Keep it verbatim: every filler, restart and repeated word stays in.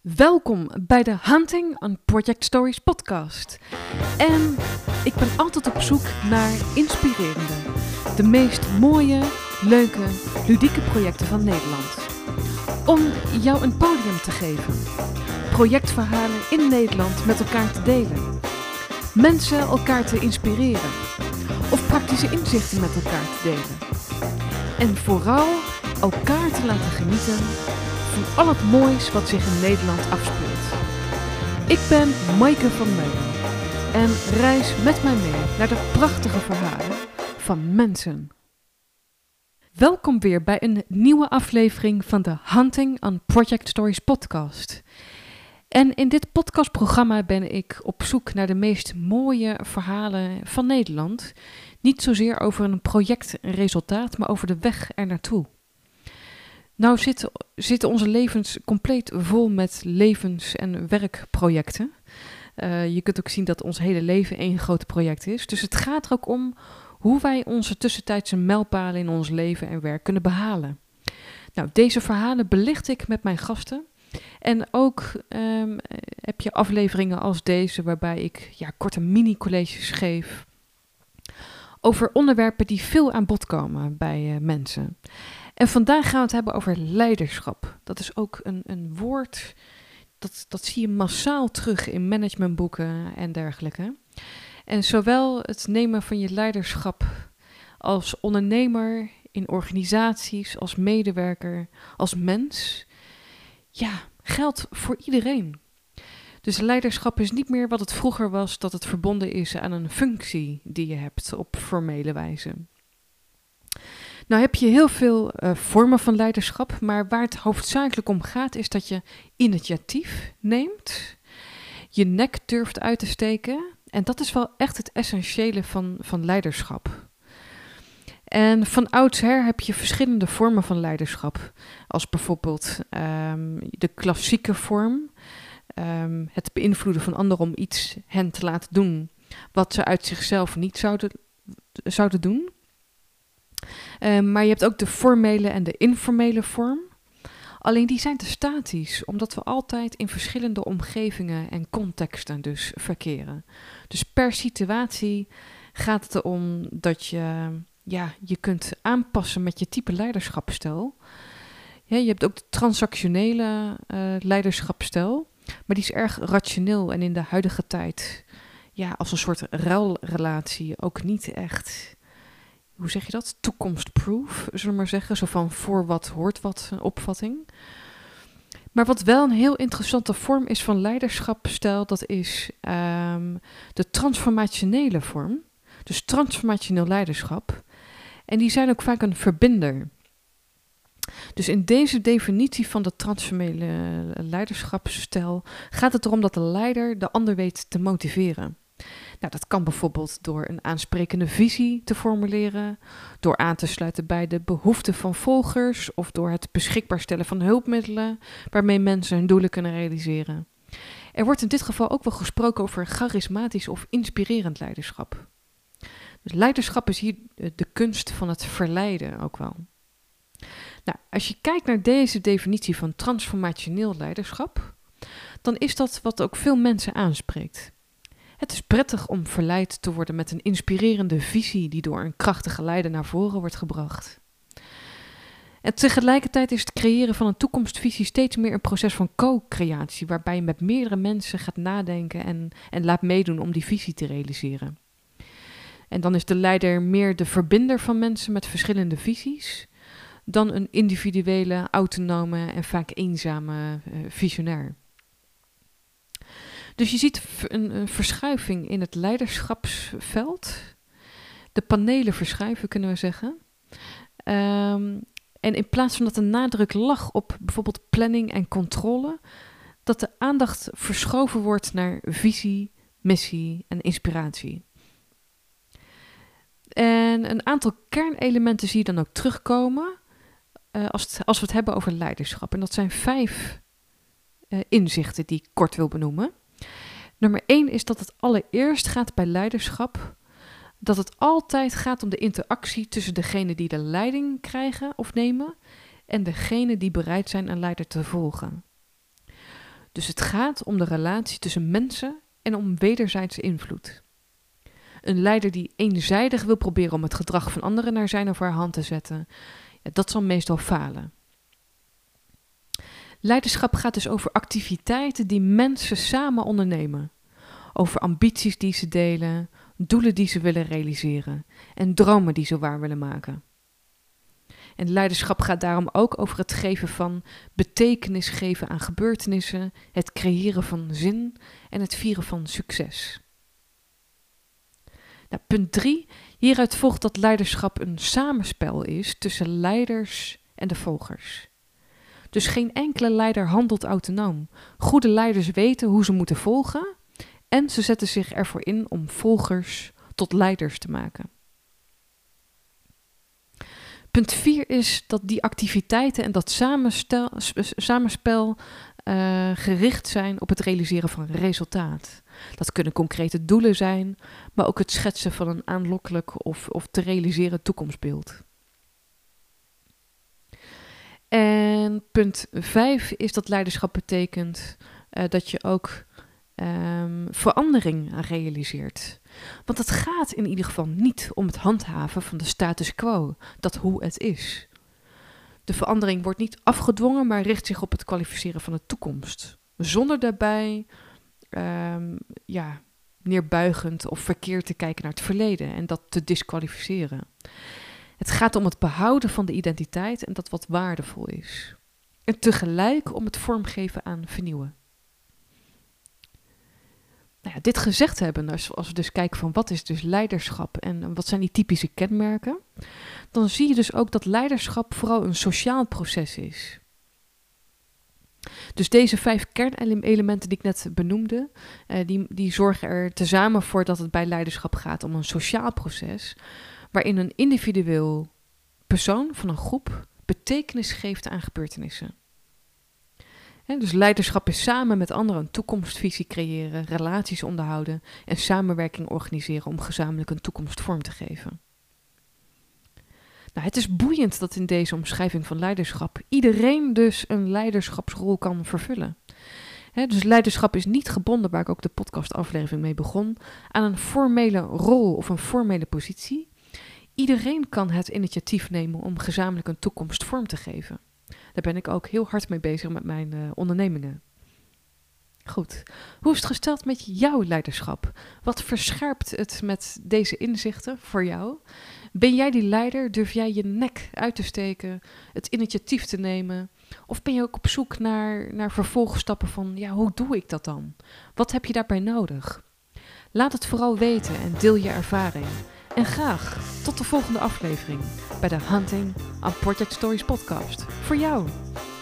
Welkom bij de Hunting on Project Stories podcast. En ik ben altijd op zoek naar inspirerende, de meest mooie, leuke, ludieke projecten van Nederland. Om jou een podium te geven. Projectverhalen in Nederland met elkaar te delen. Mensen elkaar te inspireren. Of praktische inzichten met elkaar te delen. En vooral elkaar te laten genieten van al het moois wat zich in Nederland afspeelt. Ik ben Maaike van Meulen en reis met mij mee naar de prachtige verhalen van mensen. Welkom weer bij een nieuwe aflevering van de Hunting on Project Stories podcast. En in dit podcastprogramma ben ik op zoek naar de meest mooie verhalen van Nederland. Niet zozeer over een projectresultaat, maar over de weg er naartoe. Nou zitten, zitten onze levens compleet vol met levens- en werkprojecten. Uh, je kunt ook zien dat ons hele leven één groot project is. Dus het gaat er ook om hoe wij onze tussentijdse mijlpalen in ons leven en werk kunnen behalen. Nou, deze verhalen belicht ik met mijn gasten. En ook um, heb je afleveringen als deze waarbij ik ja, korte mini-colleges geef over onderwerpen die veel aan bod komen bij uh, mensen. En vandaag gaan we het hebben over leiderschap. Dat is ook een, een woord, dat, dat zie je massaal terug in managementboeken en dergelijke. En zowel het nemen van je leiderschap als ondernemer, in organisaties, als medewerker, als mens, ja, geldt voor iedereen. Dus leiderschap is niet meer wat het vroeger was, dat het verbonden is aan een functie die je hebt op formele wijze. Nou heb je heel veel uh, vormen van leiderschap, maar waar het hoofdzakelijk om gaat is dat je initiatief neemt, je nek durft uit te steken en dat is wel echt het essentiële van, van leiderschap. En van oudsher heb je verschillende vormen van leiderschap, als bijvoorbeeld um, de klassieke vorm, um, het beïnvloeden van anderen om iets hen te laten doen wat ze uit zichzelf niet zouden, zouden doen. Uh, maar je hebt ook de formele en de informele vorm. Alleen die zijn te statisch, omdat we altijd in verschillende omgevingen en contexten dus verkeren. Dus per situatie gaat het erom dat je ja, je kunt aanpassen met je type leiderschapsstijl. Ja, je hebt ook de transactionele uh, leiderschapsstijl, maar die is erg rationeel en in de huidige tijd ja, als een soort ruilrelatie ook niet echt... Hoe zeg je dat? Toekomstproof, zullen we maar zeggen. Zo van voor wat hoort wat een opvatting. Maar wat wel een heel interessante vorm is van leiderschapsstijl, dat is um, de transformationele vorm. Dus transformationeel leiderschap. En die zijn ook vaak een verbinder. Dus in deze definitie van de transformele leiderschapsstijl gaat het erom dat de leider de ander weet te motiveren. Nou, dat kan bijvoorbeeld door een aansprekende visie te formuleren, door aan te sluiten bij de behoeften van volgers of door het beschikbaar stellen van hulpmiddelen waarmee mensen hun doelen kunnen realiseren. Er wordt in dit geval ook wel gesproken over charismatisch of inspirerend leiderschap. Dus leiderschap is hier de kunst van het verleiden ook wel. Nou, als je kijkt naar deze definitie van transformationeel leiderschap, dan is dat wat ook veel mensen aanspreekt. Het is prettig om verleid te worden met een inspirerende visie die door een krachtige leider naar voren wordt gebracht. En tegelijkertijd is het creëren van een toekomstvisie steeds meer een proces van co-creatie, waarbij je met meerdere mensen gaat nadenken en, en laat meedoen om die visie te realiseren. En dan is de leider meer de verbinder van mensen met verschillende visies, dan een individuele, autonome en vaak eenzame uh, visionair. Dus je ziet een, een verschuiving in het leiderschapsveld. De panelen verschuiven, kunnen we zeggen. Um, en in plaats van dat de nadruk lag op bijvoorbeeld planning en controle, dat de aandacht verschoven wordt naar visie, missie en inspiratie. En een aantal kernelementen zie je dan ook terugkomen uh, als, het, als we het hebben over leiderschap. En dat zijn vijf uh, inzichten die ik kort wil benoemen. Nummer één is dat het allereerst gaat bij leiderschap, dat het altijd gaat om de interactie tussen degene die de leiding krijgen of nemen en degene die bereid zijn een leider te volgen. Dus het gaat om de relatie tussen mensen en om wederzijdse invloed. Een leider die eenzijdig wil proberen om het gedrag van anderen naar zijn of haar hand te zetten, ja, dat zal meestal falen. Leiderschap gaat dus over activiteiten die mensen samen ondernemen. Over ambities die ze delen, doelen die ze willen realiseren en dromen die ze waar willen maken. En leiderschap gaat daarom ook over het geven van betekenis geven aan gebeurtenissen, het creëren van zin en het vieren van succes. Nou, punt drie. Hieruit volgt dat leiderschap een samenspel is tussen leiders en de volgers. Dus geen enkele leider handelt autonoom. Goede leiders weten hoe ze moeten volgen en ze zetten zich ervoor in om volgers tot leiders te maken. Punt vier is dat die activiteiten en dat samenstel, samenspel uh, gericht zijn op het realiseren van resultaat. Dat kunnen concrete doelen zijn, maar ook het schetsen van een aanlokkelijk of, of te realiseren toekomstbeeld. En punt vijf is dat leiderschap betekent uh, dat je ook um, verandering realiseert. Want het gaat in ieder geval niet om het handhaven van de status quo, dat hoe het is. De verandering wordt niet afgedwongen, maar richt zich op het kwalificeren van de toekomst. Zonder daarbij um, ja, neerbuigend of verkeerd te kijken naar het verleden en dat te disqualificeren. Het gaat om het behouden van de identiteit en dat wat waardevol is. En tegelijk om het vormgeven aan vernieuwen. Nou ja, dit gezegd hebben, als, als we dus kijken van wat is dus leiderschap en wat zijn die typische kenmerken, dan zie je dus ook dat leiderschap vooral een sociaal proces is. Dus deze vijf kernelementen die ik net benoemde, uh, die, die zorgen er tezamen voor dat het bij leiderschap gaat om een sociaal proces, waarin een individueel persoon van een groep betekenis geeft aan gebeurtenissen. He, dus leiderschap is samen met anderen een toekomstvisie creëren, relaties onderhouden en samenwerking organiseren om gezamenlijk een toekomst vorm te geven. Nou, het is boeiend dat in deze omschrijving van leiderschap iedereen dus een leiderschapsrol kan vervullen. He, dus leiderschap is niet gebonden, waar ik ook de podcastaflevering mee begon, aan een formele rol of een formele positie. Iedereen kan het initiatief nemen om gezamenlijk een toekomst vorm te geven. Daar ben ik ook heel hard mee bezig met mijn uh, ondernemingen. Goed, hoe is het gesteld met jouw leiderschap? Wat verscherpt het met deze inzichten voor jou? Ben jij die leider? Durf jij je nek uit te steken, het initiatief te nemen? Of ben je ook op zoek naar, naar vervolgstappen van, ja, hoe doe ik dat dan? Wat heb je daarbij nodig? Laat het vooral weten en deel je ervaring. En graag tot de volgende aflevering bij de Hunting on Project Stories podcast. Voor jou!